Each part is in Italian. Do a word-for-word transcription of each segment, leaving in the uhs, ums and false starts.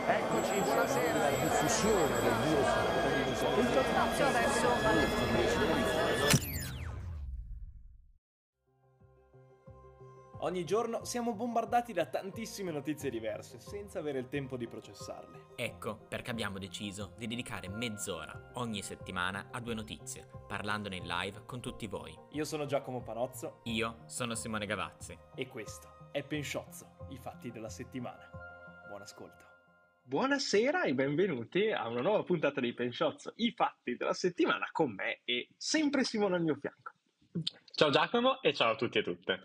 Eccoci, buonasera. La diffusione del virus. Lo spazio adesso alle fonti. Ogni giorno siamo bombardati da tantissime notizie diverse, senza avere il tempo di processarle. Ecco perché abbiamo deciso di dedicare mezz'ora ogni settimana a due notizie, parlandone in live con tutti voi. Io sono Giacomo Panozzo Io sono Simone Gavazzi. e questo è Pensciozzo, i fatti della settimana. Buon ascolto. Buonasera e benvenuti a una nuova puntata di Pensciozzo, i fatti della settimana con me e sempre Simone al mio fianco. Ciao Giacomo e ciao a tutti e tutte.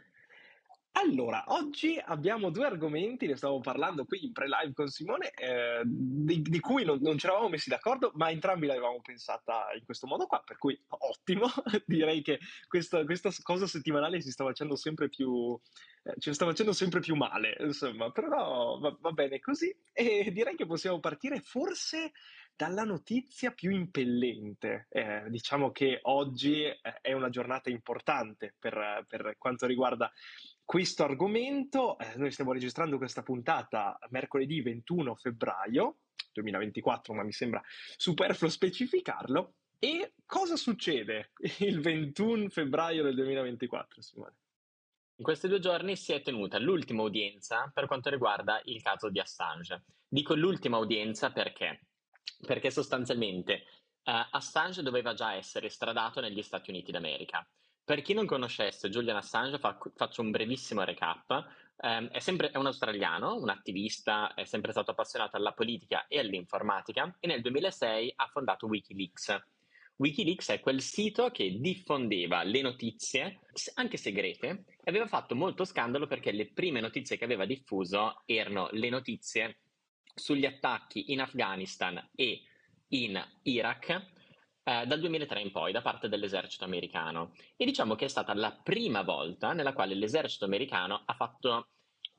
Allora, oggi abbiamo due argomenti, ne stavo parlando qui in pre-live con Simone, eh, di, di cui non, non ci eravamo messi d'accordo, ma entrambi l'avevamo pensata in questo modo qua, per cui ottimo, direi che questa, questa cosa settimanale si sta facendo sempre più, eh, ci sta facendo sempre più male, insomma, però va, va bene così e direi che possiamo partire forse dalla notizia più impellente. Eh, diciamo che oggi eh, è una giornata importante per, per quanto riguarda questo argomento. Eh, noi stiamo registrando questa puntata mercoledì ventuno febbraio duemilaventiquattro, ma mi sembra superfluo specificarlo. E cosa succede il ventuno febbraio del duemilaventiquattro, Simone? In questi due giorni si è tenuta l'ultima udienza per quanto riguarda il caso di Assange. Dico l'ultima udienza perché? Perché sostanzialmente eh, Assange doveva già essere estradato negli Stati Uniti d'America. Per chi non conoscesse Julian Assange, fa- faccio un brevissimo recap. Ehm, è sempre è un australiano, un attivista, è sempre stato appassionato alla politica e all'informatica e nel duemilasei ha fondato Wikileaks. Wikileaks è quel sito che diffondeva le notizie, s- anche segrete, e aveva fatto molto scandalo perché le prime notizie che aveva diffuso erano le notizie sugli attacchi in Afghanistan e in Iraq eh, dal duemilatré in poi da parte dell'esercito americano. E diciamo che è stata la prima volta nella quale l'esercito americano ha fatto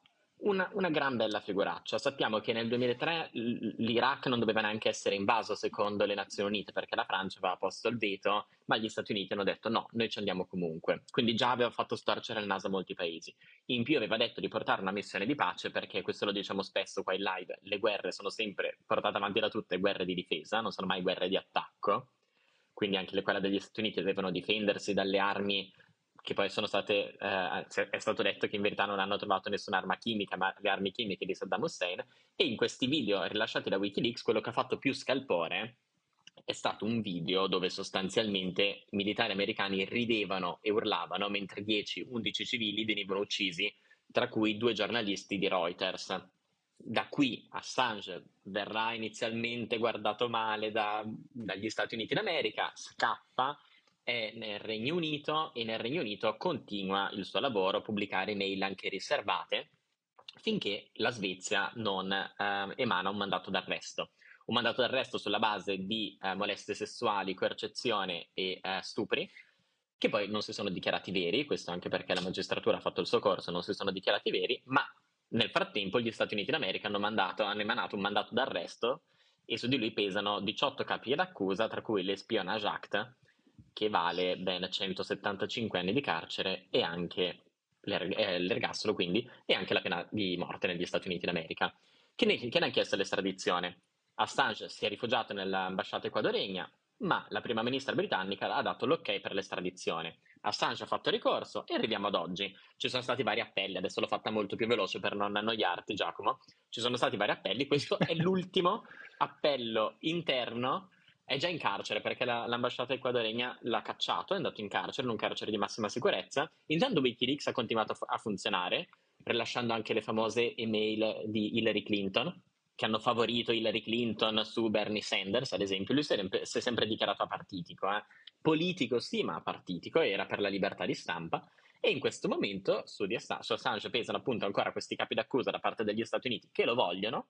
una, una gran bella figuraccia. Sappiamo che nel duemilatré l- l'Iraq non doveva neanche essere invaso secondo le Nazioni Unite perché la Francia aveva posto il veto, ma gli Stati Uniti hanno detto no, noi ci andiamo comunque. Quindi già aveva fatto storcere il naso a molti paesi. In più aveva detto di portare una missione di pace perché, questo lo diciamo spesso qua in live, le guerre sono sempre portate avanti da tutte guerre di difesa, non sono mai guerre di attacco. Quindi anche le, quelle degli Stati Uniti devono difendersi dalle armi che poi sono state, eh, è stato detto che in verità non hanno trovato nessun'arma chimica, ma le armi chimiche di Saddam Hussein. E in questi video rilasciati da Wikileaks, quello che ha fatto più scalpore è stato un video dove sostanzialmente i militari americani ridevano e urlavano mentre dieci undici civili venivano uccisi, tra cui due giornalisti di Reuters. Da qui Assange verrà inizialmente guardato male da- dagli Stati Uniti d'America, scappa, è nel Regno Unito e nel Regno Unito continua il suo lavoro, a pubblicare email anche riservate, finché la Svezia non eh, emana un mandato d'arresto. Un mandato d'arresto sulla base di eh, molestie sessuali, coercizione e eh, stupri, che poi non si sono dichiarati veri, questo anche perché la magistratura ha fatto il suo corso, non si sono dichiarati veri, ma nel frattempo gli Stati Uniti d'America hanno, mandato, hanno emanato un mandato d'arresto e su di lui pesano diciotto capi d'accusa, tra cui l'Espionage Act, che vale ben centosettantacinque anni di carcere e anche l'er- eh, l'ergastolo, quindi, e anche la pena di morte negli Stati Uniti d'America. Che ne, che ne ha chiesto l'estradizione? Assange si è rifugiato nell'ambasciata ecuadoregna, ma la prima ministra britannica ha dato l'ok per l'estradizione. Assange ha fatto ricorso e arriviamo ad oggi. Ci sono stati vari appelli, adesso l'ho fatta molto più veloce per non annoiarti, Giacomo. Ci sono stati vari appelli, questo è l'ultimo appello interno. È già in carcere perché la- l'ambasciata ecuadoregna l'ha cacciato, è andato in carcere, in un carcere di massima sicurezza. Intanto Wikileaks ha continuato a, fu- a funzionare, rilasciando anche le famose email di Hillary Clinton, che hanno favorito Hillary Clinton su Bernie Sanders, ad esempio. Lui si è, sempre, si è sempre dichiarato apartitico, eh. Politico sì, ma apartitico, era per la libertà di stampa. E in questo momento su, di Assange, su Assange pesano appunto ancora questi capi d'accusa da parte degli Stati Uniti che lo vogliono,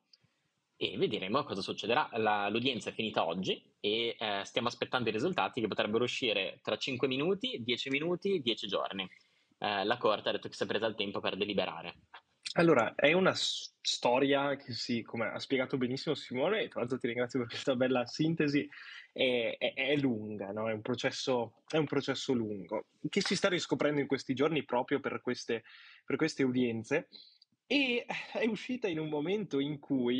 e vedremo cosa succederà. La- l'udienza è finita oggi e eh, stiamo aspettando i risultati che potrebbero uscire tra cinque minuti, dieci minuti, dieci giorni. Eh, la Corte ha detto che si è presa il tempo per deliberare. Allora, è una s- storia che si, come ha spiegato benissimo Simone, e tra l'altro ti ringrazio per questa bella sintesi, è, è- è lunga, no? È un processo, è un processo lungo, che si sta riscoprendo in questi giorni proprio per queste, per queste udienze, e è uscita in un momento in cui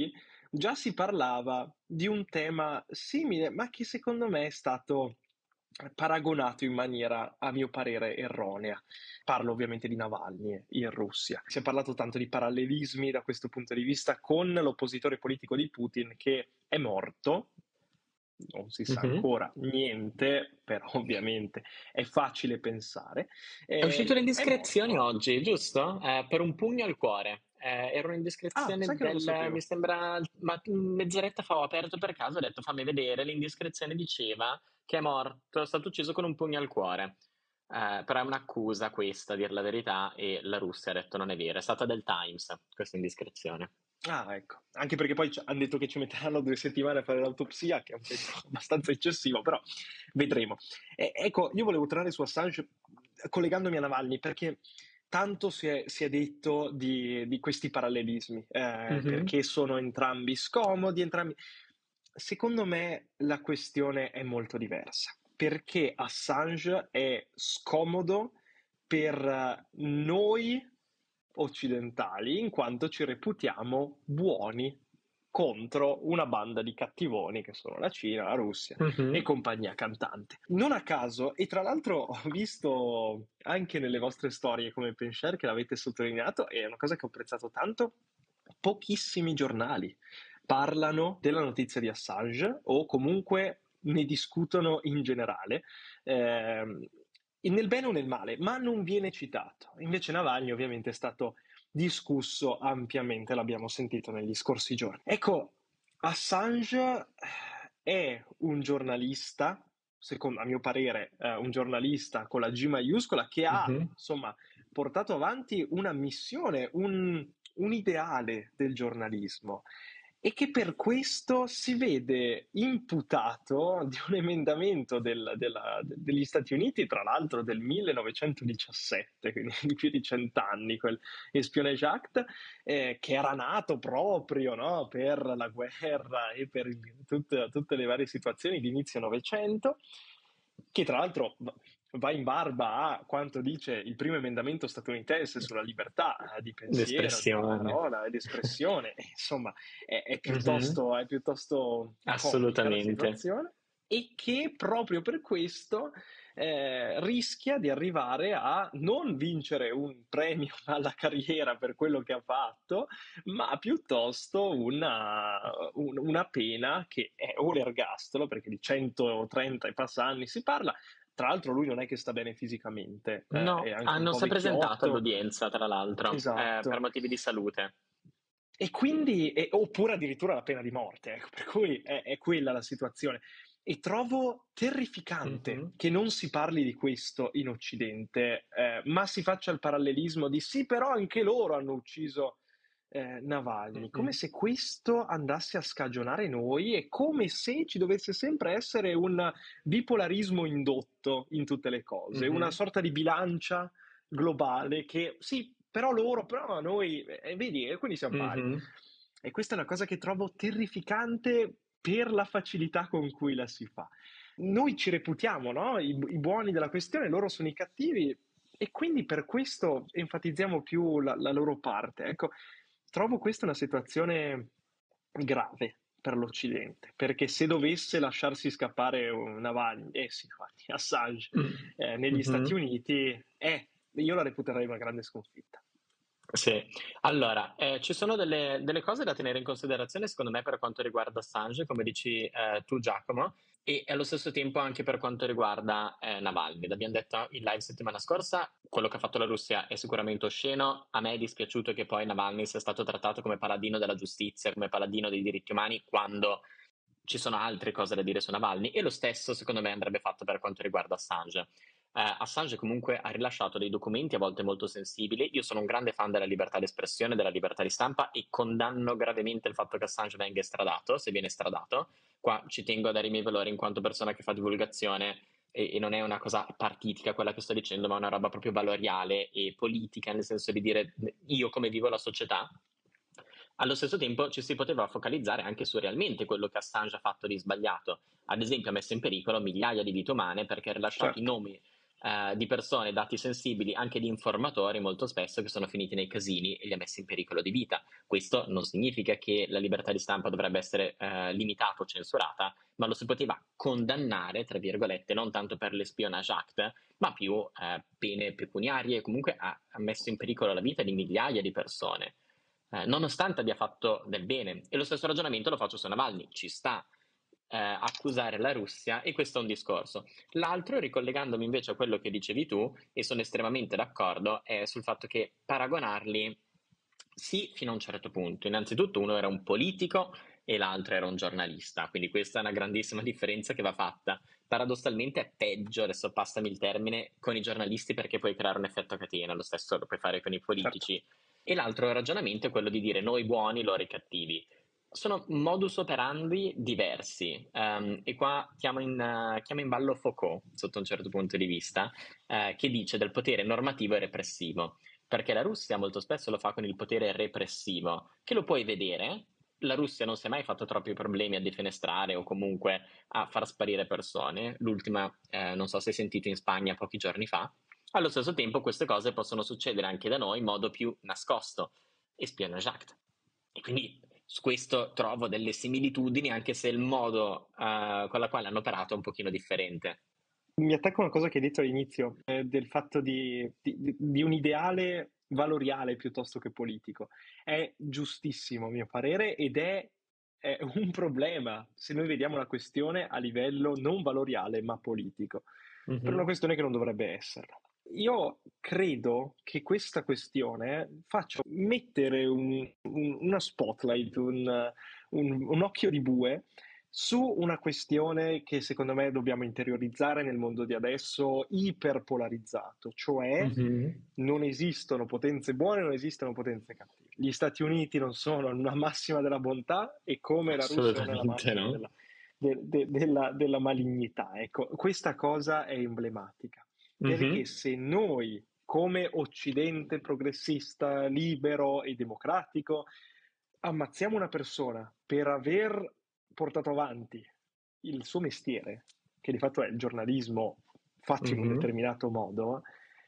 già si parlava di un tema simile, ma che secondo me è stato paragonato in maniera, a mio parere, erronea. Parlo ovviamente di Navalny in Russia. Si è parlato tanto di parallelismi da questo punto di vista con l'oppositore politico di Putin che è morto. Non si sa Mhm. ancora niente, però ovviamente è facile pensare. È uscito le Eh, è indiscrezioni morto. oggi, giusto? Eh, per un pugno al cuore. Eh, era Ah, un'indiscrezione sai che non lo del, mi sapevo. sembra, ma mezz'oretta fa ho aperto per caso, ho detto fammi vedere, l'indiscrezione diceva che è morto, è stato ucciso con un pugno al cuore. Eh, però è un'accusa questa, a dir la verità, e la Russia ha detto non è vero, è stata del Times questa indiscrezione. Ah, ecco. Anche perché poi ci- hanno detto che ci metteranno due settimane a fare l'autopsia, che è un tempo abbastanza eccessivo, però vedremo. E, ecco, io volevo tornare su Assange collegandomi a Navalny, perché tanto si è, si è detto di, di questi parallelismi, eh, Mhm. perché sono entrambi scomodi, entrambi... Secondo me la questione è molto diversa, perché Assange è scomodo per eh, noi occidentali, in quanto ci reputiamo buoni contro una banda di cattivoni che sono la Cina, la Russia e Mhm. compagnia cantante. Non a caso, e tra l'altro ho visto anche nelle vostre storie come Penshare che l'avete sottolineato, e è una cosa che ho apprezzato tanto, pochissimi giornali parlano della notizia di Assange o comunque ne discutono in generale. Ehm, nel bene o nel male, ma non viene citato. Invece Navalny ovviamente è stato discusso ampiamente, l'abbiamo sentito negli scorsi giorni. Ecco, Assange è un giornalista, secondo, a mio parere, eh, un giornalista con la G maiuscola che ha, Mhm. insomma, portato avanti una missione, un, un ideale del giornalismo e che per questo si vede imputato di un emendamento del- della- degli Stati Uniti, tra l'altro del millenovecentodiciassette, quindi di più di cent'anni, quel Espionage Act, eh, che era nato proprio, no, per la guerra e per il- tutte, tutte le varie situazioni di inizio Novecento, che tra l'altro va va in barba a quanto dice il primo emendamento statunitense sulla libertà eh, di pensiero, di L'espressione. parola e di espressione. E, insomma, è, è Mhm. piuttosto, è piuttosto comica la Assolutamente. situazione e che proprio per questo eh, rischia di arrivare a non vincere un premio alla carriera per quello che ha fatto, ma piuttosto una, un- una pena che è o l'ergastolo, perché di centotrenta e passa anni si parla. Tra l'altro lui non è che sta bene fisicamente, eh, è No, anche ah, un non po' si è presentato vecchiotto. all'udienza, tra l'altro, eh, per Esatto. motivi di salute. E quindi, e- oppure addirittura la pena di morte, ecco, per cui è, è quella la situazione. E trovo terrificante Mhm. che non si parli di questo in Occidente, eh, ma si faccia il parallelismo di sì, però anche loro hanno ucciso eh, Navalny, come Mhm. se questo andasse a scagionare noi e come se ci dovesse sempre essere un bipolarismo indotto in tutte le cose, una Mhm. sorta di bilancia globale che sì, però loro, però noi, e vedi, e quindi siamo pari. Mhm. E questa è una cosa che trovo terrificante per la facilità con cui la si fa. Noi ci reputiamo, no? I, i buoni della questione, loro sono i cattivi e quindi per questo enfatizziamo più la, la loro parte. Ecco, trovo questa una situazione grave per l'Occidente, perché se dovesse lasciarsi scappare un Navalny, eh sì, Navalny, Assange, Mm. eh, negli Stati Mhm. Uniti, eh, io la reputerei una grande sconfitta. Sì, allora, eh, ci sono delle, delle cose da tenere in considerazione, secondo me, per quanto riguarda Assange, come dici eh, tu, Giacomo, e allo stesso tempo anche per quanto riguarda eh, Navalny. L'abbiamo detto in live settimana scorsa, quello che ha fatto la Russia è sicuramente osceno. A me è dispiaciuto che poi Navalny sia stato trattato come paladino della giustizia, come paladino dei diritti umani, quando ci sono altre cose da dire su Navalny, e lo stesso, secondo me, andrebbe fatto per quanto riguarda Assange. Eh, Assange comunque ha rilasciato dei documenti a volte molto sensibili. Io sono un grande fan della libertà di espressione, della libertà di stampa e condanno gravemente il fatto che Assange venga estradato, se viene estradato. Qua ci tengo a dare i miei valori in quanto persona che fa divulgazione e, e non è una cosa partitica quella che sto dicendo, ma è una roba proprio valoriale e politica, nel senso di dire io come vivo la società. Allo stesso tempo ci si poteva focalizzare anche su realmente quello che Assange ha fatto di sbagliato. Ad esempio ha messo in pericolo migliaia di vite umane perché ha rilasciato i Certo. nomi eh, eh, di persone, dati sensibili, anche di informatori molto spesso che sono finiti nei casini e li ha messi in pericolo di vita. Questo non significa che la libertà di stampa dovrebbe essere eh, limitata o censurata, ma lo si poteva condannare, tra virgolette, non tanto per l'Espionage Act, ma più eh, pene pecuniarie. Comunque ha, ha messo in pericolo la vita di migliaia di persone, eh, nonostante abbia fatto del bene. E lo stesso ragionamento lo faccio su Navalny. Ci sta eh, accusare la Russia, e questo è un discorso. L'altro, ricollegandomi invece a quello che dicevi tu, e sono estremamente d'accordo, è sul fatto che paragonarli, sì, fino a un certo punto. Innanzitutto uno era un politico e l'altro era un giornalista, quindi questa è una grandissima differenza che va fatta. Paradossalmente è peggio, adesso passami il termine, con i giornalisti, perché puoi creare un effetto a catena, lo stesso lo puoi fare con i politici. E l'altro ragionamento è quello di dire noi buoni, loro i cattivi. Sono modus operandi diversi, ehm, e qua chiamo in, eh, chiamo in ballo Foucault sotto un certo punto di vista, eh, che dice del potere normativo e repressivo, perché la Russia molto spesso lo fa con il potere repressivo, che lo puoi vedere. La Russia non si è mai fatto troppi problemi a defenestrare o comunque a far sparire persone. L'ultima, eh, non so se hai sentito, in Spagna pochi giorni fa. Allo stesso tempo queste cose possono succedere anche da noi in modo più nascosto, Espionage Act. E quindi su questo trovo delle similitudini, anche se il modo uh, con la quale hanno operato è un pochino differente. Mi attacco a una cosa che hai detto all'inizio, eh, del fatto di, di, di un ideale valoriale piuttosto che politico. È giustissimo a mio parere, ed è, è un problema se noi vediamo la questione a livello non valoriale ma politico, Mm-hmm. per una questione che non dovrebbe esserlo. Io credo che questa questione faccia mettere un, un, una spotlight, un, un, un occhio di bue su una questione che secondo me dobbiamo interiorizzare nel mondo di adesso, iperpolarizzato, cioè Mm-hmm. non esistono potenze buone, non esistono potenze cattive. Gli Stati Uniti non sono nella massima della bontà, e come la Russia non è nella massima no? della, de, de, della, della malignità. Ecco, questa cosa è emblematica. Perché Mm-hmm. se noi, come Occidente progressista, libero e democratico, ammazziamo una persona per aver portato avanti il suo mestiere, che di fatto è il giornalismo fatto in un Mm-hmm. determinato modo,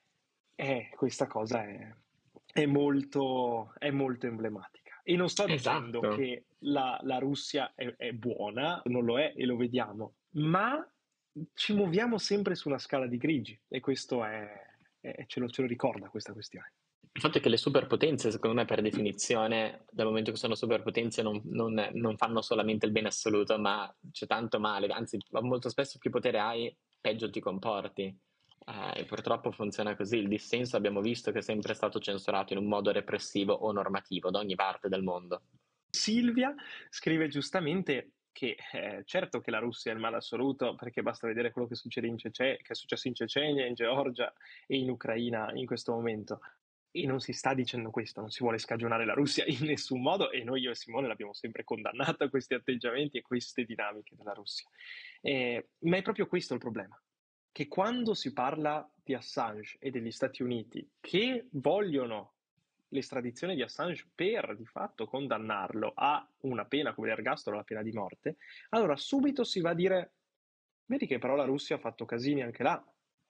eh, questa cosa è, è, molto, è molto emblematica. E non sto dicendo Esatto. che la, la Russia è, è buona, non lo è e lo vediamo, ma ci muoviamo sempre su una scala di grigi, e questo è, è ce, lo, ce lo ricorda questa questione. Il fatto è che le superpotenze, secondo me, per definizione, dal momento che sono superpotenze, non, non, non fanno solamente il bene assoluto, ma c'è tanto male. Anzi, molto spesso più potere hai, peggio ti comporti. Eh, e purtroppo funziona così. Il dissenso abbiamo visto che è sempre stato censurato in un modo repressivo o normativo da ogni parte del mondo. Silvia scrive giustamente che eh, certo che la Russia è il male assoluto, perché basta vedere quello che succede in Cece- che è successo in Cecenia, in Georgia e in Ucraina in questo momento. E non si sta dicendo questo, non si vuole scagionare la Russia in nessun modo, e noi, io e Simone, l'abbiamo sempre condannata questi atteggiamenti e queste dinamiche della Russia. Eh, ma è proprio questo il problema, che quando si parla di Assange e degli Stati Uniti, che vogliono l'estradizione di Assange per di fatto condannarlo a una pena come l'ergastolo, la pena di morte, allora subito si va a dire: vedi che però la Russia ha fatto casini anche là.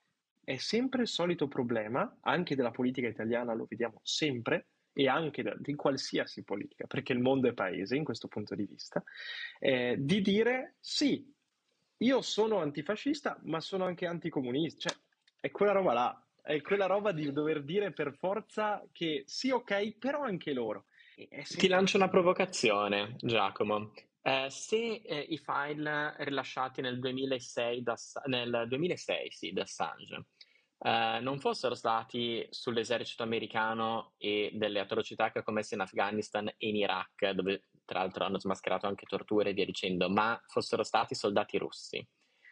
È sempre il solito problema, anche della politica italiana, lo vediamo sempre, e anche da, di qualsiasi politica, perché il mondo è paese in questo punto di vista, eh, di dire sì, io sono antifascista, ma sono anche anticomunista. Cioè, è quella roba là, è quella roba di dover dire per forza che sì, ok, però anche loro. Ti lancio una provocazione, Giacomo. Eh, se eh, i file rilasciati nel duemilasei da, nel duemilasei, sì, da Assange eh, non fossero stati sull'esercito americano e delle atrocità che ha commesso in Afghanistan e in Iraq, dove tra l'altro hanno smascherato anche torture e via dicendo, ma fossero stati soldati russi,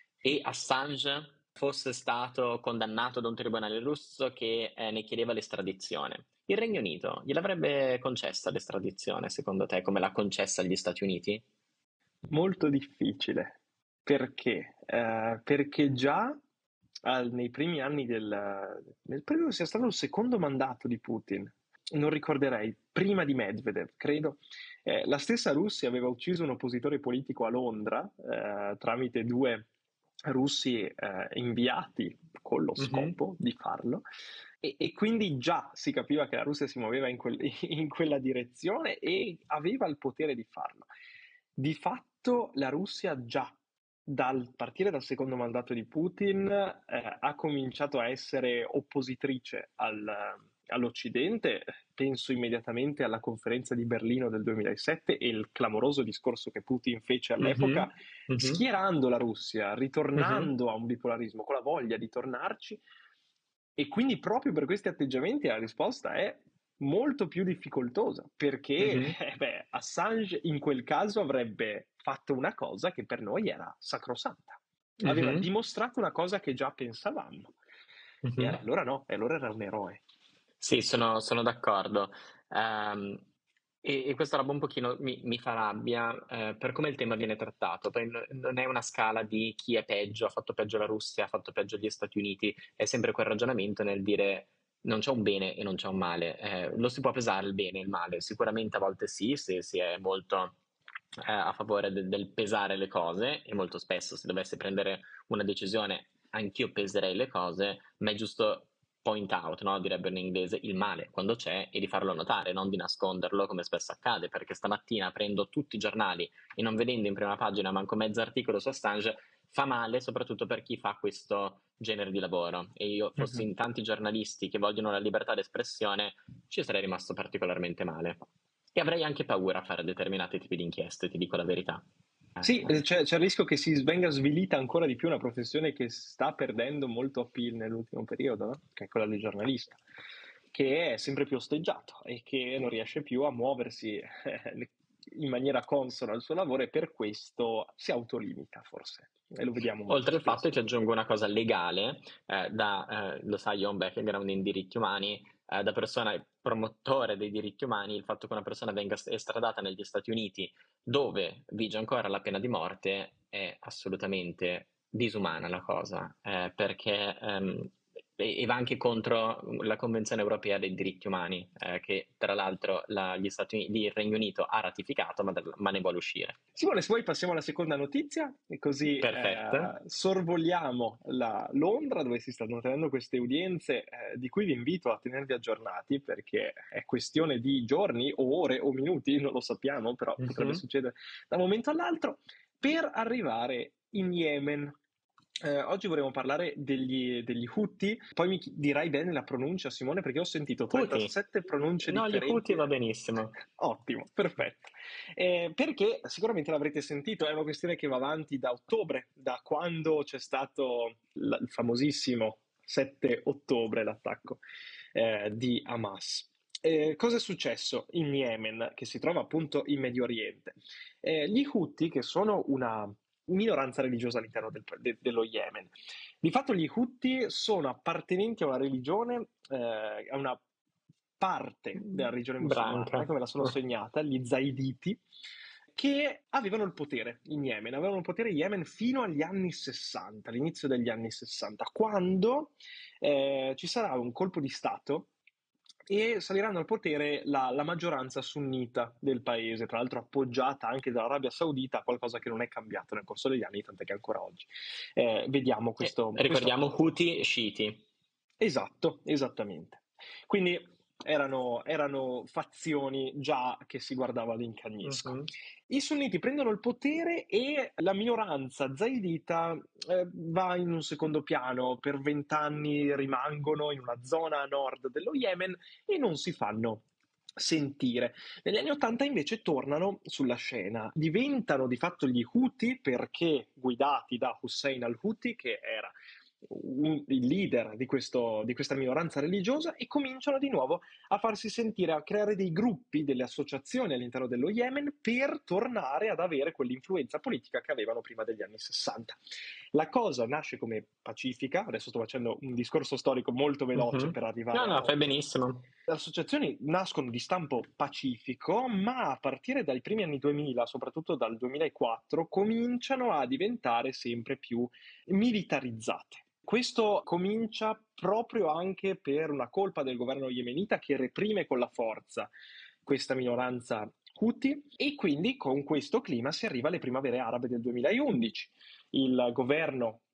e Assange fosse stato condannato da un tribunale russo che eh, ne chiedeva l'estradizione, il Regno Unito gliel'avrebbe concessa l'estradizione, secondo te, come l'ha concessa agli Stati Uniti? Molto difficile. Perché? Eh, perché già al, nei primi anni del... nel credo sia stato il secondo mandato di Putin, non ricorderei, prima di Medvedev, credo, eh, la stessa Russia aveva ucciso un oppositore politico a Londra eh, tramite due russi eh, inviati con lo Mhm. scopo di farlo, e, e quindi già si capiva che la Russia si muoveva in, quel- in quella direzione e aveva il potere di farlo. Di fatto la Russia già dal partire dal secondo mandato di Putin eh, ha cominciato a essere oppositrice al- all'Occidente. Penso immediatamente alla conferenza di Berlino del duemilasette e il clamoroso discorso che Putin fece all'epoca, Mhm. Mhm. schierando la Russia, Mhm. ritornando a un bipolarismo, con la voglia di tornarci. E quindi proprio per questi atteggiamenti la risposta è molto più difficoltosa, perché Mhm. eh beh, Assange in quel caso avrebbe fatto una cosa che per noi era sacrosanta. Aveva Mhm. dimostrato una cosa che già pensavamo. E Mhm. allora no, e allora era un eroe. Sì, sono, sono d'accordo. Ehm, e, e questa roba un pochino mi, mi fa rabbia eh, per come il tema viene trattato. Poi no- non è una scala di chi è peggio, ha fatto peggio la Russia, ha fatto peggio gli Stati Uniti, è sempre quel ragionamento nel dire non c'è un bene e non c'è un male. Eh, lo si può pesare il bene e il male, sicuramente a volte sì, se si è molto eh, a favore de- del pesare le cose, e molto spesso se dovesse prendere una decisione anch'io peserei le cose, ma è giusto point out, no? Direbbero in inglese, il male quando c'è e di farlo notare, non di nasconderlo come spesso accade, perché stamattina prendo tutti i giornali e non vedendo in prima pagina manco mezzo articolo su Assange fa male soprattutto per chi fa questo genere di lavoro, e io fossi Mhm. in tanti giornalisti che vogliono la libertà d'espressione ci sarei rimasto particolarmente male e avrei anche paura a fare determinati tipi di inchieste, ti dico la verità. Sì, Eh, eh, c'è, c'è il rischio che si venga svilita ancora di più una professione che sta perdendo molto appeal nell'ultimo periodo, no? Che è quella del giornalista, che è sempre più osteggiato e che non riesce più a muoversi eh, in maniera consona al suo lavoro e per questo si autolimita forse. E lo vediamo molto Oltre al fatto spesso. ti aggiungo una cosa legale, eh, da, eh, lo sai, io ho un background in diritti umani, eh, da persona promotore dei diritti umani, il fatto che una persona venga estradata negli Stati Uniti, dove vige ancora la pena di morte, è assolutamente disumana la cosa, eh, perché ehm, e e va anche contro la Convenzione europea dei diritti umani, eh, che tra l'altro la- gli Stati Uniti, il Regno Unito ha ratificato, ma, ma ne vuole uscire. Simone, se vuoi passiamo alla seconda notizia e così Perfetto. eh, sorvoliamo la Londra dove si stanno tenendo queste udienze eh, di cui vi invito a tenervi aggiornati perché è questione di giorni o ore o minuti, non lo sappiamo, però potrebbe Mhm. succedere da un momento all'altro, per arrivare in Yemen. Eh, oggi vorremmo parlare degli, degli Houthi, poi mi chi- dirai bene la pronuncia, Simone, perché ho sentito Houthi. trentasette pronunce No, gli Houthi differenti. va benissimo. Ottimo, perfetto. Eh, perché sicuramente l'avrete sentito, è una questione che va avanti da ottobre, da quando c'è stato l- il famosissimo sette ottobre, l'attacco eh, di Hamas. Eh, cosa è successo in Yemen, che si trova appunto in Medio Oriente? Eh, gli Houthi, che sono una minoranza religiosa all'interno del- de- dello Yemen, di fatto gli Houthi sono appartenenti a una religione, eh, a una parte della religione musulmana, Branca. come la sono segnata, gli Zaiditi, che avevano il potere in Yemen, avevano il potere in Yemen fino agli anni sessanta, all'inizio degli anni sessanta, quando eh, ci sarà un colpo di Stato e saliranno al potere la, la maggioranza sunnita del paese, tra l'altro appoggiata anche dall'Arabia Saudita, qualcosa che non è cambiato nel corso degli anni, tant'è che ancora oggi eh, vediamo Eh, questo, questo ricordiamo appoggio. Houthi sciiti. Esatto, esattamente. Quindi erano, erano fazioni già che si guardavano in cagnesco. Mhm. I sunniti prendono il potere e la minoranza zaidita eh, va in un secondo piano, per vent'anni rimangono in una zona a nord dello Yemen e non si fanno sentire. Negli anni ottanta invece tornano sulla scena, diventano di fatto gli Houthi perché guidati da Hussein al-Houthi, che era un- il leader di, questo- di questa minoranza religiosa, e cominciano di nuovo a farsi sentire, a creare dei gruppi, delle associazioni all'interno dello Yemen per tornare ad avere quell'influenza politica che avevano prima degli anni sessanta. La cosa nasce come pacifica, adesso sto facendo un discorso storico molto veloce Mhm. per No, arrivare a no, fai oggi. benissimo. Le associazioni nascono di stampo pacifico, ma a partire dai primi anni duemila, soprattutto dal duemilaquattro, cominciano a diventare sempre più militarizzate. Questo comincia proprio anche per una colpa del governo yemenita che reprime con la forza questa minoranza Houthi, e quindi con questo clima si arriva alle primavere arabe del duemilaundici. Il governo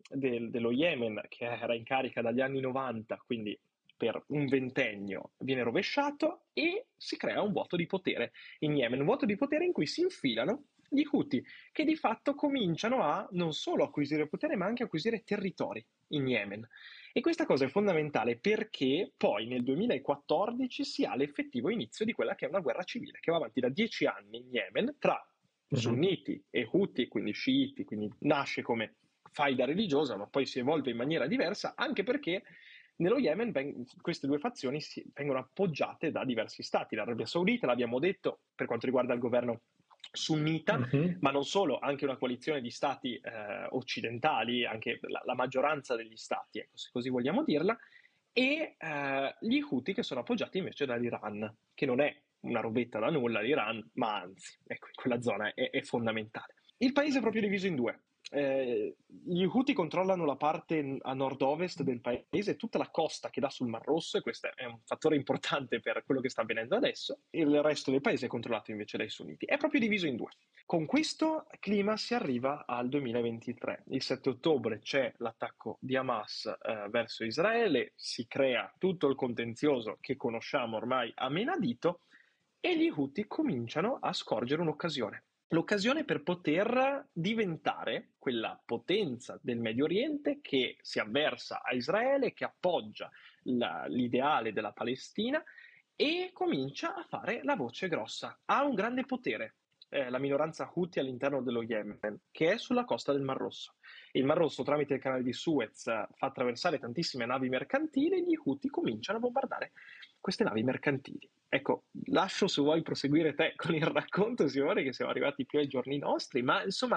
del- dello Yemen, che era in carica dagli anni novanta, quindi per un ventennio, viene rovesciato e si crea un vuoto di potere in Yemen, un vuoto di potere in cui si infilano gli Houthi, che di fatto cominciano a non solo acquisire potere, ma anche acquisire territori in Yemen. E questa cosa è fondamentale perché poi nel duemilaquattordici si ha l'effettivo inizio di quella che è una guerra civile, che va avanti da dieci anni in Yemen tra Mhm. sunniti e Houthi, quindi sciiti, quindi nasce come faida religiosa, ma poi si evolve in maniera diversa, anche perché nello Yemen veng- queste due fazioni si- vengono appoggiate da diversi stati. L'Arabia Saudita, l'abbiamo detto, per quanto riguarda il governo sunnita, Mhm. ma non solo, anche una coalizione di stati eh, occidentali, anche la, la maggioranza degli stati, ecco, se così vogliamo dirla, e eh, gli Houthi che sono appoggiati invece dall'Iran, che non è una robetta da nulla l'Iran, ma anzi, ecco, in quella zona è, è fondamentale. Il paese è proprio diviso in due. Eh, gli Houthi controllano la parte a nord-ovest del paese, tutta la costa che dà sul Mar Rosso, e questo è un fattore importante per quello che sta avvenendo adesso. Il resto del paese è controllato invece dai sunniti. È proprio diviso in due. Con questo clima si arriva al duemilaventitré. Il sette ottobre c'è l'attacco di Hamas eh, verso Israele, si crea tutto il contenzioso che conosciamo ormai a menadito e gli Houthi cominciano a scorgere un'occasione. L'occasione per poter diventare quella potenza del Medio Oriente che si avversa a Israele, che appoggia la- l'ideale della Palestina e comincia a fare la voce grossa. Ha un grande potere, eh, la minoranza Houthi all'interno dello Yemen, che è sulla costa del Mar Rosso. Il Mar Rosso, tramite il canale di Suez, eh, fa attraversare tantissime navi mercantili e gli Houthi cominciano a bombardare queste navi mercantili. Ecco, lascio se vuoi proseguire te con il racconto, Simone, che siamo arrivati più ai giorni nostri, ma insomma,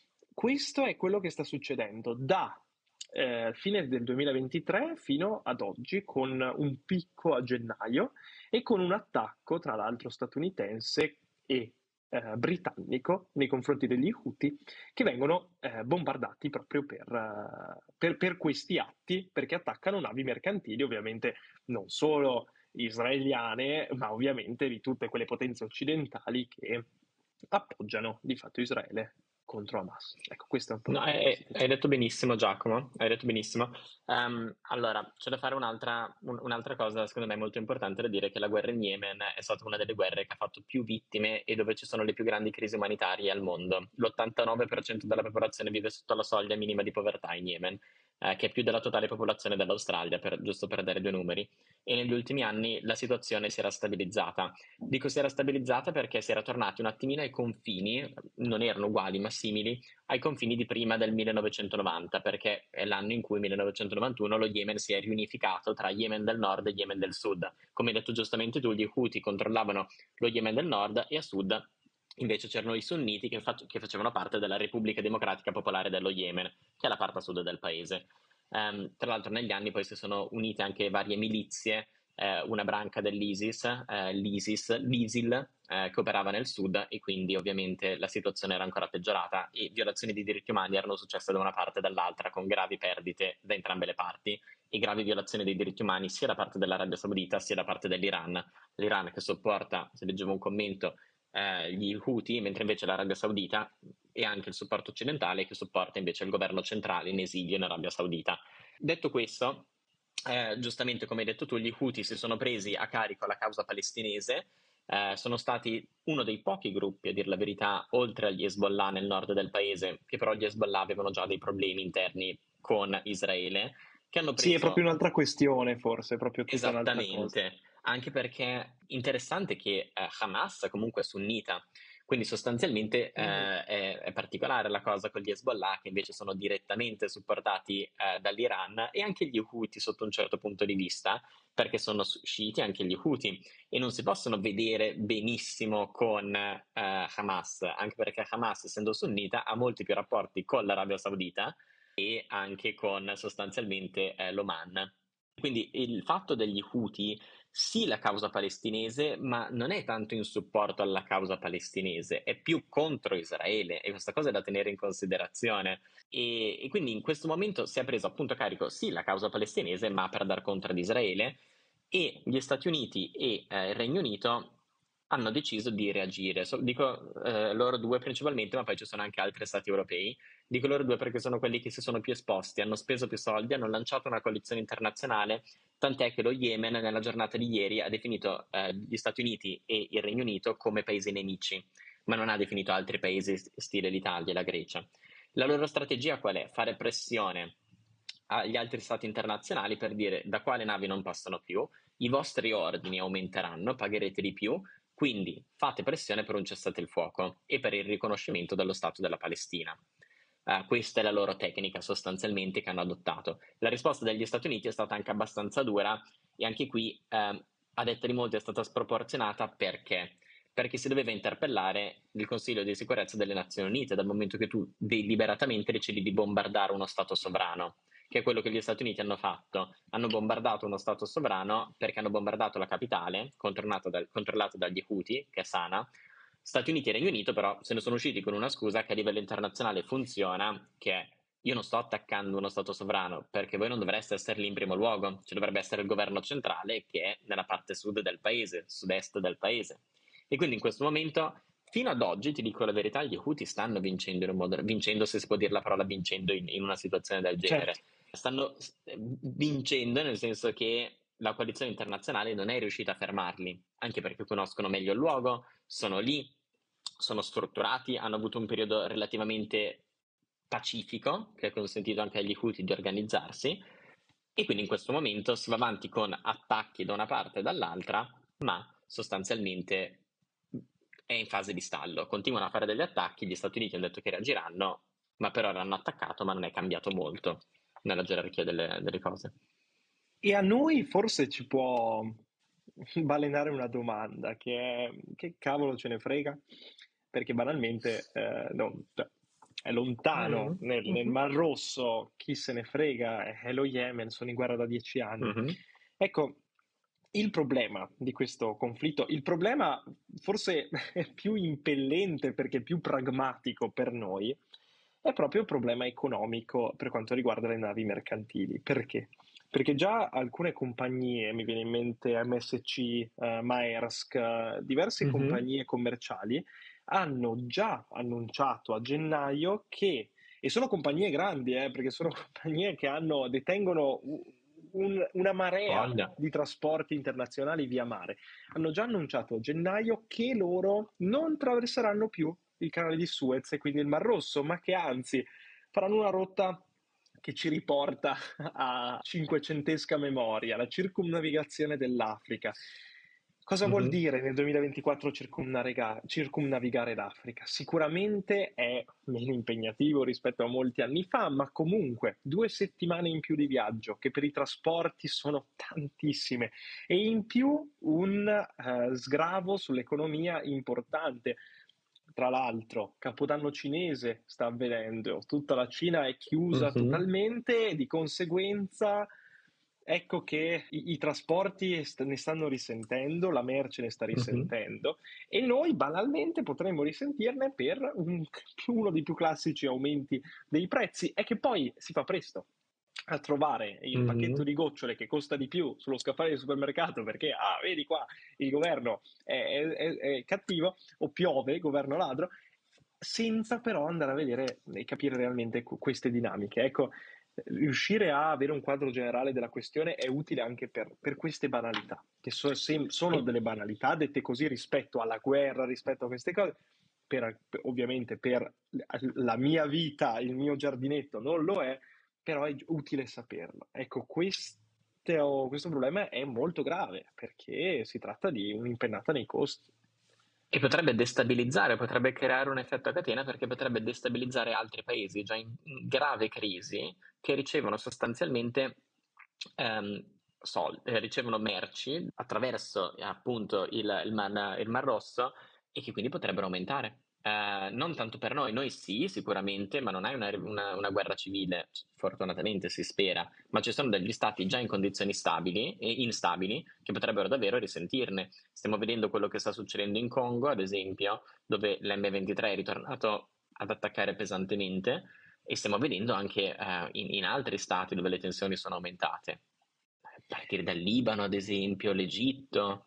questo è quello che sta succedendo da eh, fine del duemilaventitré fino ad oggi, con un picco a gennaio e con un attacco, tra l'altro statunitense e eh, britannico, nei confronti degli Houthi, che vengono eh, bombardati proprio per, eh, per, per questi atti, perché attaccano navi mercantili, ovviamente non solo israeliane, ma ovviamente di tutte quelle potenze occidentali che appoggiano di fatto Israele contro Hamas. Ecco, questa è un po' No, la hai, hai situazione. detto benissimo, Giacomo, hai detto benissimo. Ehm, allora, c'è da fare un'altra un- un'altra cosa, secondo me, molto importante da dire, che la guerra in Yemen è stata una delle guerre che ha fatto più vittime e dove ci sono le più grandi crisi umanitarie al mondo. L'ottantanove per cento della popolazione vive sotto la soglia minima di povertà in Yemen, eh, che è più della totale popolazione dell'Australia, per- giusto per dare due numeri. E negli ultimi anni la situazione si era stabilizzata. Dico si era stabilizzata perché si era tornati un attimino ai confini, non erano uguali ma simili, ai confini di prima del millenovecentonovanta, perché è l'anno in cui, millenovecentonovantuno, lo Yemen si è riunificato tra Yemen del Nord e Yemen del Sud. Come hai detto giustamente tu, gli Houthi controllavano lo Yemen del Nord e a Sud invece c'erano i sunniti che, fac- che facevano parte della Repubblica Democratica Popolare dello Yemen, che è la parte a sud del paese. Ehm, tra l'altro negli anni poi si sono unite anche varie milizie, eh, una branca dell'ISIS, eh, l'ISIS, l'ISIL, eh, che operava nel sud e quindi ovviamente la situazione era ancora peggiorata e violazioni di diritti umani erano successe da una parte e dall'altra con gravi perdite da entrambe le parti e gravi violazioni dei diritti umani sia da parte dell'Arabia Saudita sia da parte dell'Iran. L'Iran che sopporta, se leggevo un commento, eh, gli Houthi, mentre invece l'Arabia Saudita e anche il supporto occidentale che supporta invece il governo centrale in esilio in Arabia Saudita. Detto questo, eh, giustamente come hai detto tu, gli Houthi si sono presi a carico la causa palestinese, eh, sono stati uno dei pochi gruppi, a dir la verità, oltre agli Hezbollah nel nord del paese, che però gli Hezbollah avevano già dei problemi interni con Israele, che hanno Sì, è proprio preso. un'altra questione, forse, è proprio tutta un'altra cosa. Esattamente, anche perché è interessante che eh, Hamas comunque è sunnita, quindi sostanzialmente Mm. eh, è, è particolare la cosa con gli Hezbollah che invece sono direttamente supportati eh, dall'Iran e anche gli Houthi sotto un certo punto di vista, perché sono su- sciiti anche gli Houthi e non si possono vedere benissimo con eh, Hamas, anche perché Hamas, essendo sunnita, ha molti più rapporti con l'Arabia Saudita e anche con sostanzialmente eh, l'Oman. Quindi il fatto degli Houthi, sì la causa palestinese, ma non è tanto in supporto alla causa palestinese, è più contro Israele e questa cosa è da tenere in considerazione. E, e quindi in questo momento si è preso appunto a carico sì la causa palestinese, ma per dar contro ad Israele e gli Stati Uniti e eh, il Regno Unito hanno deciso di reagire. So- dico eh, loro due principalmente, ma poi ci sono anche altri stati europei. Dico loro due perché sono quelli che si sono più esposti, hanno speso più soldi, hanno lanciato una coalizione internazionale, tant'è che lo Yemen nella giornata di ieri ha definito eh, gli Stati Uniti e il Regno Unito come paesi nemici, ma non ha definito altri paesi st- stile l'Italia e la Grecia. La loro strategia qual è? Fare pressione agli altri stati internazionali per dire da quale navi non passano più, i vostri ordini aumenteranno, pagherete di più, quindi fate pressione per un cessate il fuoco e per il riconoscimento dello Stato della Palestina. Eh, questa è la loro tecnica sostanzialmente che hanno adottato. La risposta degli Stati Uniti è stata anche abbastanza dura e anche qui, eh, a detta di molti, è stata sproporzionata perché? Perché si doveva interpellare il Consiglio di sicurezza delle Nazioni Unite, dal momento che tu deliberatamente decidi di bombardare uno Stato sovrano, che è quello che gli Stati Uniti hanno fatto. Hanno bombardato uno Stato sovrano perché hanno bombardato la capitale, controllata, dal, controllata dagli Houthi, che è Sana. Stati Uniti e Regno Unito però se ne sono usciti con una scusa che a livello internazionale funziona, che è: io non sto attaccando uno Stato sovrano perché voi non dovreste essere lì in primo luogo, ci dovrebbe essere il governo centrale che è nella parte sud del paese, sud-est del paese. E quindi in questo momento, fino ad oggi, ti dico la verità, gli Houthi stanno vincendo, in un modo, vincendo, se si può dire la parola vincendo in, in una situazione del genere. Certo. Stanno eh, vincendo nel senso che la coalizione internazionale non è riuscita a fermarli, anche perché conoscono meglio il luogo, sono lì, sono strutturati, hanno avuto un periodo relativamente pacifico che ha consentito anche agli Houthi di organizzarsi e quindi in questo momento si va avanti con attacchi da una parte e dall'altra, ma sostanzialmente è in fase di stallo. Continuano a fare degli attacchi, gli Stati Uniti hanno detto che reagiranno, ma per ora hanno attaccato, ma non è cambiato molto nella gerarchia delle, delle cose. E a noi forse ci può balenare una domanda che è: che cavolo ce ne frega? Perché banalmente eh, non- cioè, è lontano Mm, nel, nel mhm, Mar Rosso, chi se ne frega, è, è lo Yemen, sono in guerra da dieci anni. mhm, Ecco, il problema di questo conflitto, il problema forse è più impellente perché più pragmatico per noi, è proprio il problema economico per quanto riguarda le navi mercantili. Perché? Perché già alcune compagnie, mi viene in mente M S C, eh, Maersk, eh, diverse mhm. compagnie commerciali, hanno già annunciato a gennaio che, e sono compagnie grandi, eh, perché sono compagnie che hanno, detengono u- un- una marea Voglia. di trasporti internazionali via mare, hanno già annunciato a gennaio che loro non attraverseranno più il canale di Suez e quindi il Mar Rosso, ma che anzi faranno una rotta che ci riporta a cinquecentesca memoria, la circumnavigazione dell'Africa. Cosa vuol Mhm. dire nel duemilaventiquattro circumnavigare, circumnavigare l'Africa? Sicuramente è meno impegnativo rispetto a molti anni fa, ma comunque due settimane in più di viaggio, che per i trasporti sono tantissime, e in più un eh, sgravo sull'economia importante. Tra l'altro, Capodanno cinese sta avvenendo, tutta la Cina è chiusa Mhm. totalmente e di conseguenza ecco che i, i trasporti st- ne stanno risentendo, la merce ne sta Mhm. risentendo e noi banalmente potremmo risentirne per un- uno dei più classici aumenti dei prezzi. È che poi si fa presto a trovare il pacchetto Mhm. di gocciole che costa di più sullo scaffale del supermercato perché, ah, vedi qua, il governo è, è- è- è cattivo o piove, governo ladro, senza però andare a vedere e capire realmente qu- queste dinamiche. Ecco, riuscire a avere un quadro generale della questione è utile anche per, per queste banalità, che so- sem- sono E- delle banalità dette così rispetto alla guerra, rispetto a queste cose. Per- ovviamente per la mia vita, il mio giardinetto non lo è, però è utile saperlo. Ecco, questo, questo problema è molto grave perché si tratta di un'impennata nei costi. E potrebbe destabilizzare, potrebbe creare un effetto a catena perché potrebbe destabilizzare altri paesi già in, in grave crisi che ricevono sostanzialmente ehm, sol- eh, ricevono merci attraverso eh, appunto il, il Mar, il Mar Rosso e che quindi potrebbero aumentare. Eh, non tanto per noi, noi sì, sicuramente, ma non è una, una- una guerra civile, fortunatamente si spera, ma ci sono degli stati già in condizioni stabili e instabili che potrebbero davvero risentirne. Stiamo vedendo quello che sta succedendo in Congo, ad esempio, dove l'emme ventitré è ritornato ad attaccare pesantemente e stiamo vedendo anche eh, in, in altri stati dove le tensioni sono aumentate. A partire dal Libano, ad esempio, l'Egitto.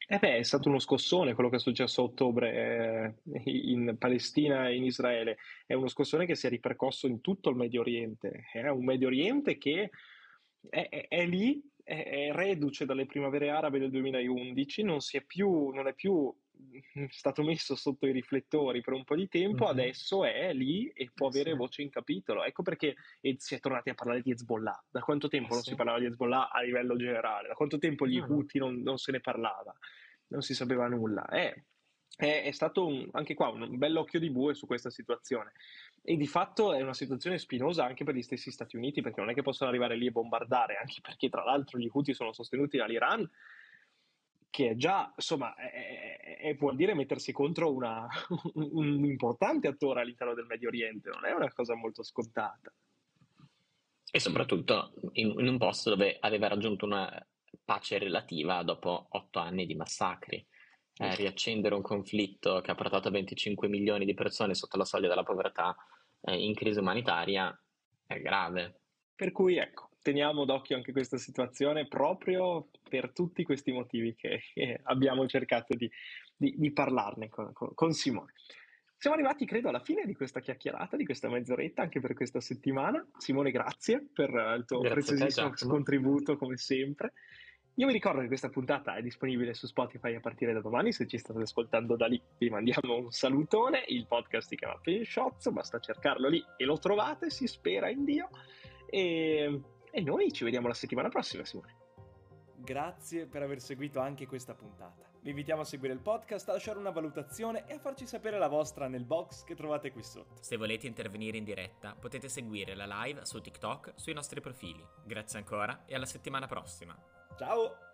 Eh beh, è stato uno scossone quello che è successo a ottobre eh, in Palestina e in Israele. È uno scossone che si è ripercosso in tutto il Medio Oriente. È un Medio Oriente che è, è- è lì, è, è reduce dalle primavere arabe del duemilaundici, non si è più, non è più stato messo sotto i riflettori per un po' di tempo, Mhm. adesso è lì e può Eh sì. avere voce in capitolo. Ecco perché e si è tornati a parlare di Hezbollah. Da quanto tempo Eh non sì. si parlava di Hezbollah a livello generale? Da quanto tempo gli No, no. Houthi non, non se ne parlava? Non si sapeva nulla. È, è- è stato un- anche qua un bell'occhio di bue su questa situazione. E di fatto è una situazione spinosa anche per gli stessi Stati Uniti, perché non è che possono arrivare lì e bombardare, anche perché tra l'altro gli Houthi sono sostenuti dall'Iran, che è già, insomma, è- è- è- vuol dire mettersi contro una- un, un importante attore all'interno del Medio Oriente, non è una cosa molto scontata. E soprattutto in, in un posto dove aveva raggiunto una pace relativa dopo otto anni di massacri. Eh, riaccendere un conflitto che ha portato venticinque milioni di persone sotto la soglia della povertà eh, in crisi umanitaria è grave. Per cui ecco, teniamo d'occhio anche questa situazione proprio per tutti questi motivi che, che abbiamo cercato di, di- di parlarne con, con- con Simone. Siamo arrivati, credo, alla fine di questa chiacchierata, di questa mezz'oretta, anche per questa settimana. Simone, grazie per eh, il tuo Grazie a te, preziosissimo Giacomo. contributo, come sempre. Io vi ricordo che questa puntata è disponibile su Spotify a partire da domani, se ci state ascoltando da lì vi mandiamo un salutone, il podcast si chiama Film Shots, basta cercarlo lì e lo trovate, si spera in Dio, e, e noi ci vediamo la settimana prossima, Simone. Grazie per aver seguito anche questa puntata. Vi invitiamo a seguire il podcast, a lasciare una valutazione e a farci sapere la vostra nel box che trovate qui sotto. Se volete intervenire in diretta, potete seguire la live su TikTok sui nostri profili. Grazie ancora e alla settimana prossima. Ciao!